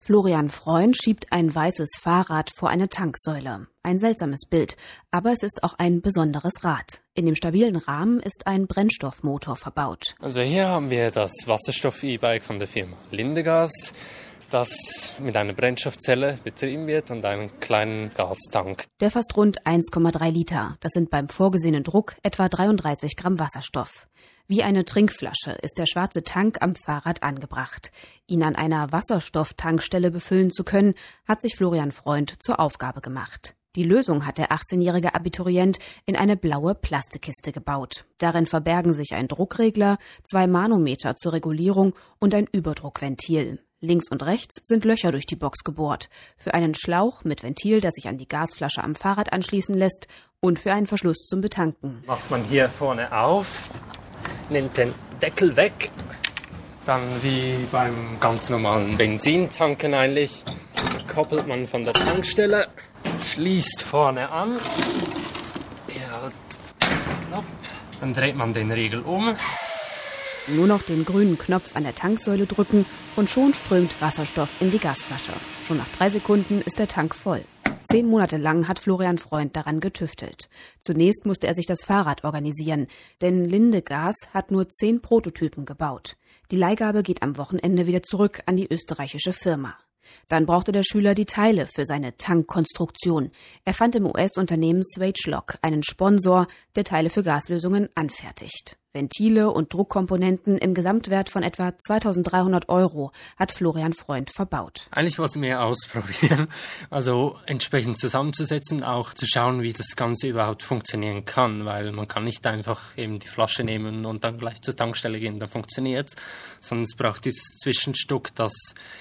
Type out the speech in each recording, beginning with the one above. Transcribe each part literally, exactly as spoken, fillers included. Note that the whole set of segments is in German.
Florian Freund schiebt ein weißes Fahrrad vor eine Tanksäule. Ein seltsames Bild, aber es ist auch ein besonderes Rad. In dem stabilen Rahmen ist ein Brennstoffmotor verbaut. Also hier haben wir das Wasserstoff-E-Bike von der Firma Lindegas, das mit einer Brennstoffzelle betrieben wird und einem kleinen Gastank. Der fasst rund eins Komma drei Liter. Das sind beim vorgesehenen Druck etwa dreiunddreißig Gramm Wasserstoff. Wie eine Trinkflasche ist der schwarze Tank am Fahrrad angebracht. Ihn an einer Wasserstofftankstelle befüllen zu können, hat sich Florian Freund zur Aufgabe gemacht. Die Lösung hat der achtzehnjährige Abiturient in eine blaue Plastikkiste gebaut. Darin verbergen sich ein Druckregler, zwei Manometer zur Regulierung und ein Überdruckventil. Links und rechts sind Löcher durch die Box gebohrt. Für einen Schlauch mit Ventil, das sich an die Gasflasche am Fahrrad anschließen lässt, und für einen Verschluss zum Betanken. Macht man hier vorne auf, nimmt den Deckel weg, dann wie beim ganz normalen Benzintanken eigentlich, koppelt man von der Tankstelle, schließt vorne an, hält den Knopf, dann dreht man den Riegel um. Nur noch den grünen Knopf an der Tanksäule drücken und schon strömt Wasserstoff in die Gasflasche. Schon nach drei Sekunden ist der Tank voll. Zehn Monate lang hat Florian Freund daran getüftelt. Zunächst musste er sich das Fahrrad organisieren, denn Lindegas hat nur zehn Prototypen gebaut. Die Leihgabe geht am Wochenende wieder zurück an die österreichische Firma. Dann brauchte der Schüler die Teile für seine Tankkonstruktion. Er fand im U S-Unternehmen Swagelok einen Sponsor, der Teile für Gaslösungen anfertigt. Ventile und Druckkomponenten im Gesamtwert von etwa zweitausenddreihundert Euro hat Florian Freund verbaut. Eigentlich wollte ich mehr ausprobieren, also entsprechend zusammenzusetzen, auch zu schauen, wie das Ganze überhaupt funktionieren kann, weil man kann nicht einfach eben die Flasche nehmen und dann gleich zur Tankstelle gehen, dann funktioniert's, sondern es braucht dieses Zwischenstück, das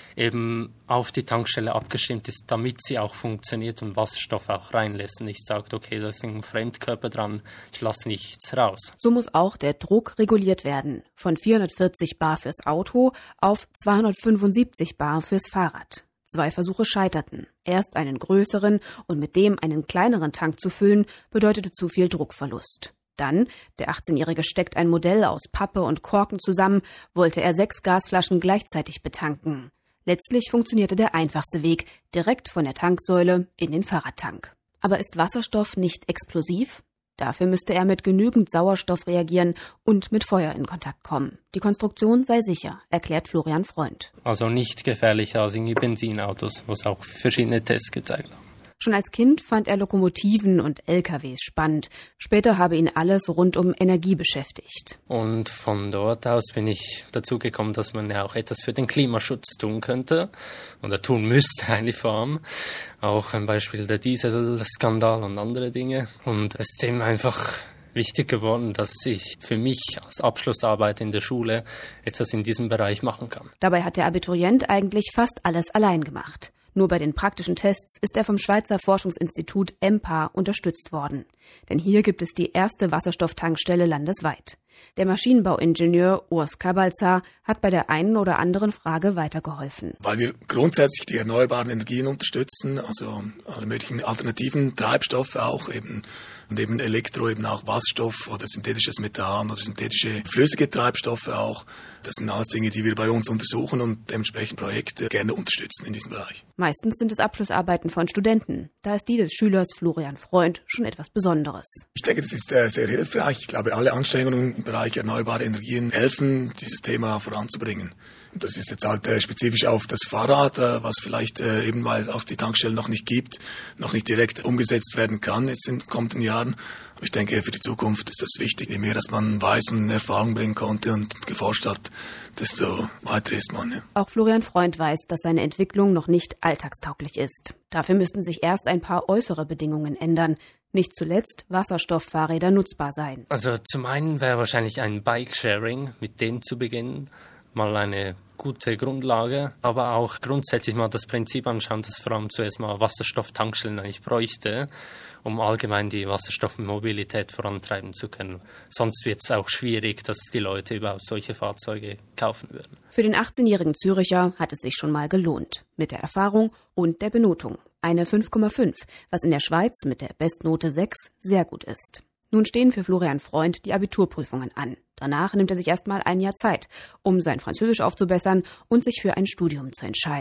eben auf die Tankstelle abgestimmt ist, damit sie auch funktioniert und Wasserstoff auch reinlässt und nicht sagt, okay, da ist ein Fremdkörper dran, ich lasse nichts raus. So muss auch der Druck reguliert werden, von vierhundertvierzig Bar fürs Auto auf zweihundertfünfundsiebzig Bar fürs Fahrrad. Zwei Versuche scheiterten. Erst einen größeren und mit dem einen kleineren Tank zu füllen, bedeutete zu viel Druckverlust. Dann, der achtzehnjährige steckt ein Modell aus Pappe und Korken zusammen, wollte er sechs Gasflaschen gleichzeitig betanken. Letztlich funktionierte der einfachste Weg, direkt von der Tanksäule in den Fahrradtank. Aber ist Wasserstoff nicht explosiv? Dafür müsste er mit genügend Sauerstoff reagieren und mit Feuer in Kontakt kommen. Die Konstruktion sei sicher, erklärt Florian Freund. Also nicht gefährlicher als in Benzinautos, was auch verschiedene Tests gezeigt haben. Schon als Kind fand er Lokomotiven und L K Ws spannend. Später habe ihn alles rund um Energie beschäftigt. Und von dort aus bin ich dazu gekommen, dass man ja auch etwas für den Klimaschutz tun könnte. Oder tun müsste eigentlich vor allem. Auch ein Beispiel der Dieselskandal und andere Dinge. Und es ist eben einfach wichtig geworden, dass ich für mich als Abschlussarbeit in der Schule etwas in diesem Bereich machen kann. Dabei hat der Abiturient eigentlich fast alles allein gemacht. Nur bei den praktischen Tests ist er vom Schweizer Forschungsinstitut E M P A unterstützt worden. Denn hier gibt es die erste Wasserstofftankstelle landesweit. Der Maschinenbauingenieur Urs Kabalza hat bei der einen oder anderen Frage weitergeholfen. Weil wir grundsätzlich die erneuerbaren Energien unterstützen, also alle möglichen alternativen Treibstoffe auch eben, und eben Elektro, eben auch Wasserstoff oder synthetisches Methan oder synthetische flüssige Treibstoffe auch. Das sind alles Dinge, die wir bei uns untersuchen und dementsprechend Projekte gerne unterstützen in diesem Bereich. Meistens sind es Abschlussarbeiten von Studenten. Da ist die des Schülers Florian Freund schon etwas Besonderes. Ich denke, das ist äh, sehr hilfreich. Ich glaube, alle Anstrengungen im Bereich erneuerbare Energien helfen, dieses Thema voranzubringen. Und das ist jetzt halt äh, spezifisch auf das Fahrrad, äh, was vielleicht äh, eben, weil es auch die Tankstellen noch nicht gibt, noch nicht direkt umgesetzt werden kann jetzt in kommenden Jahren. Aber ich denke, für die Zukunft ist das wichtig. Je mehr, dass man weiß und in Erfahrung bringen konnte und geforscht hat, desto weiter ist man. Ja. Auch Florian Freund weiß, dass seine Entwicklung noch nicht alltagstauglich ist. Dafür müssten sich erst ein paar äußere Bedingungen ändern. Nicht zuletzt Wasserstofffahrräder nutzbar sein. Also zum einen wäre wahrscheinlich ein Bike-Sharing, mit dem zu beginnen. Mal eine gute Grundlage, aber auch grundsätzlich mal das Prinzip anschauen, dass vor allem zuerst mal Wasserstofftankstellen eigentlich bräuchte, um allgemein die Wasserstoffmobilität vorantreiben zu können. Sonst wird es auch schwierig, dass die Leute überhaupt solche Fahrzeuge kaufen würden. Für den achtzehnjährigen Zürcher hat es sich schon mal gelohnt. Mit der Erfahrung und der Benotung. Eine fünf Komma fünf, was in der Schweiz mit der Bestnote sechs sehr gut ist. Nun stehen für Florian Freund die Abiturprüfungen an. Danach nimmt er sich erstmal ein Jahr Zeit, um sein Französisch aufzubessern und sich für ein Studium zu entscheiden.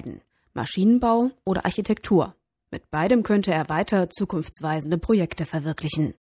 Maschinenbau oder Architektur. Mit beidem könnte er weiter zukunftsweisende Projekte verwirklichen.